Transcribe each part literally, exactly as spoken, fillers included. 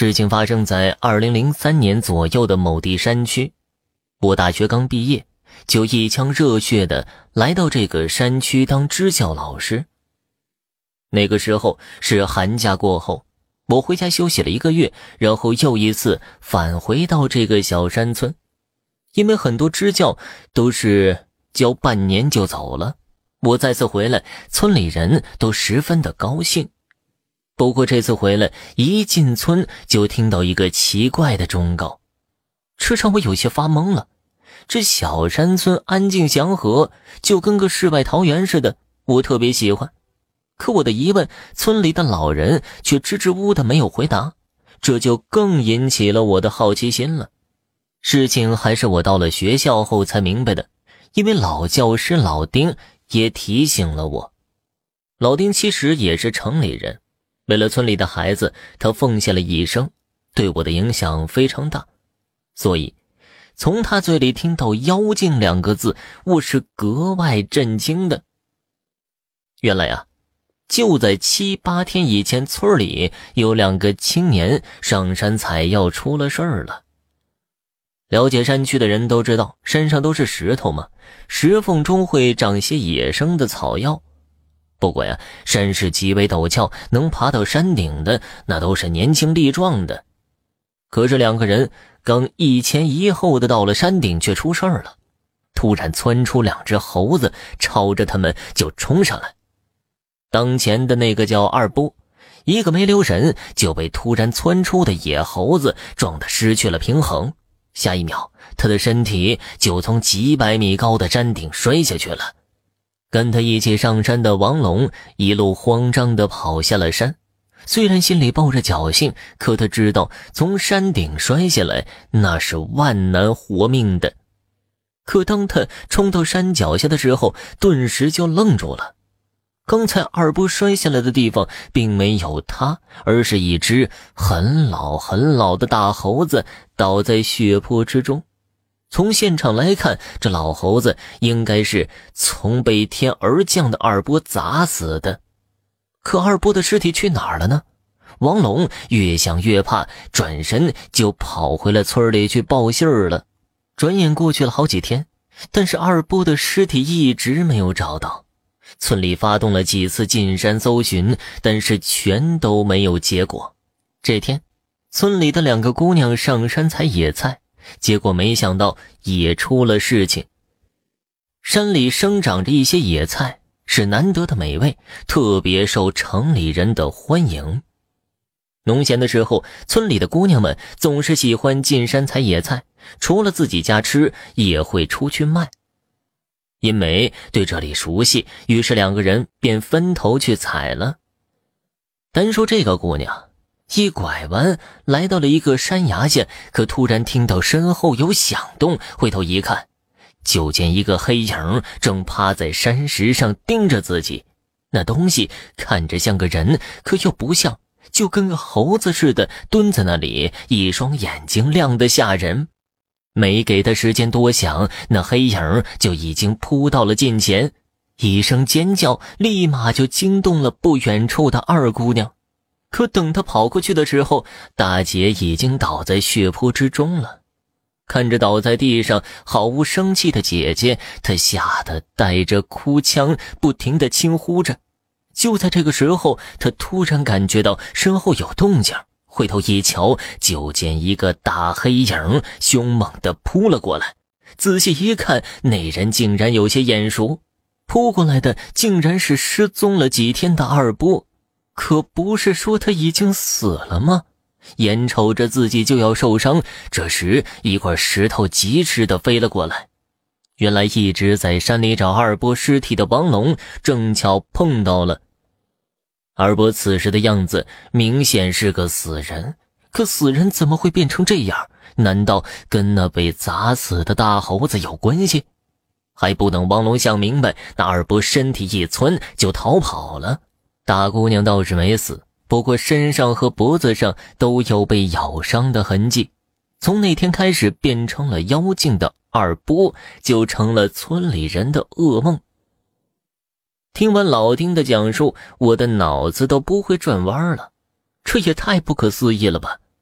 事情发生在二零零三年左右的某地山区。我大学刚毕业，就一腔热血的来到这个山区当支教老师。那个时候是寒假过后，我回家休息了一个月，然后又一次返回到这个小山村。因为很多支教都是教半年就走了，我再次回来，村里人都十分的高兴。不过这次回来，一进村就听到一个奇怪的忠告，这让我有些发懵了。这小山村安静祥和，就跟个世外桃源似的，我特别喜欢。可我的疑问，村里的老人却支支吾吾的没有回答，这就更引起了我的好奇心了。事情还是我到了学校后才明白的，因为老教师老丁也提醒了我。老丁其实也是城里人，为了村里的孩子，他奉献了一生，对我的影响非常大。所以从他嘴里听到妖精两个字，我是格外震惊的。原来啊，就在七八天以前，村里有两个青年上山采药出了事儿了。了解山区的人都知道，山上都是石头嘛，石缝中会长些野生的草药。不过呀，山势极为陡峭，能爬到山顶的那都是年轻力壮的。可是两个人刚一前一后的到了山顶，却出事儿了。突然窜出两只猴子，朝着他们就冲上来。当前的那个叫二波，一个没留神就被突然窜出的野猴子撞得失去了平衡，下一秒他的身体就从几百米高的山顶摔下去了。跟他一起上山的王龙一路慌张地跑下了山，虽然心里抱着侥幸，可他知道从山顶摔下来那是万难活命的。可当他冲到山脚下的时候，顿时就愣住了。刚才二波摔下来的地方并没有他，而是一只很老很老的大猴子倒在血泊之中。从现场来看，这老猴子应该是从被天而降的二波砸死的。可二波的尸体去哪儿了呢？王龙越想越怕，转身就跑回了村里去报信儿了。转眼过去了好几天，但是二波的尸体一直没有找到。村里发动了几次进山搜寻，但是全都没有结果。这天，村里的两个姑娘上山采野菜，结果没想到也出了事情。山里生长着一些野菜，是难得的美味，特别受城里人的欢迎。农闲的时候，村里的姑娘们总是喜欢进山采野菜，除了自己家吃，也会出去卖。因为对这里熟悉，于是两个人便分头去采了。单说这个姑娘，一拐弯来到了一个山崖下，可突然听到身后有响动，回头一看，就见一个黑影正趴在山石上盯着自己。那东西看着像个人，可又不像，就跟个猴子似的蹲在那里，一双眼睛亮得吓人。没给他时间多想，那黑影就已经扑到了近前，一声尖叫立马就惊动了不远处的二姑娘。可等他跑过去的时候，大姐已经倒在血泊之中了。看着倒在地上毫无生气的姐姐，他吓得带着哭腔不停地轻呼着。就在这个时候，他突然感觉到身后有动静，回头一瞧，就见一个大黑影凶猛地扑了过来。仔细一看，那人竟然有些眼熟，扑过来的竟然是失踪了几天的二波。可不是说他已经死了吗？眼瞅着自己就要受伤，这时一块石头疾驰地飞了过来。原来一直在山里找二波尸体的王龙正巧碰到了。二波此时的样子明显是个死人，可死人怎么会变成这样？难道跟那被砸死的大猴子有关系？还不等王龙想明白，那二波身体一窜就逃跑了。大姑娘倒是没死，不过身上和脖子上都有被咬伤的痕迹。从那天开始变成了妖精的二波就成了村里人的噩梦。听完老丁的讲述，我的脑子都不会转弯了。这也太不可思议了吧！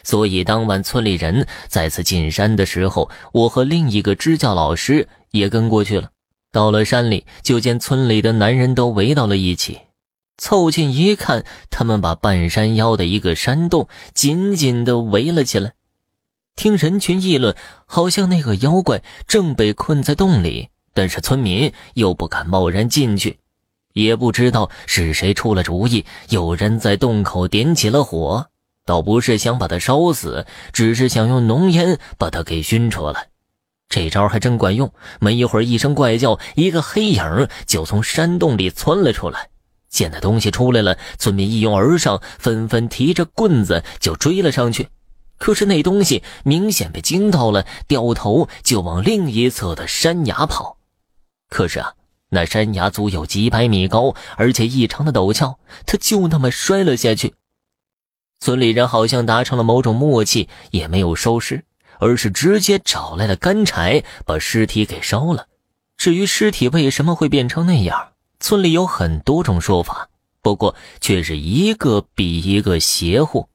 所以当晚村里人再次进山的时候，我和另一个支教老师也跟过去了。到了山里，就见村里的男人都围到了一起，凑近一看，他们把半山腰的一个山洞紧紧地围了起来。听人群议论，好像那个妖怪正被困在洞里，但是村民又不敢贸然进去。也不知道是谁出了主意，有人在洞口点起了火，倒不是想把它烧死，只是想用浓烟把它给熏出来。这招还真管用，没一会儿一声怪叫，一个黑影就从山洞里窜了出来。见那东西出来了，村民一拥而上，纷纷提着棍子就追了上去。可是那东西明显被惊到了，掉头就往另一侧的山崖跑。可是啊，那山崖足有几百米高，而且异常的陡峭，他就那么摔了下去。村里人好像达成了某种默契，也没有收尸，而是直接找来了干柴，把尸体给烧了。至于尸体为什么会变成那样，村里有很多种说法，不过却是一个比一个邪乎。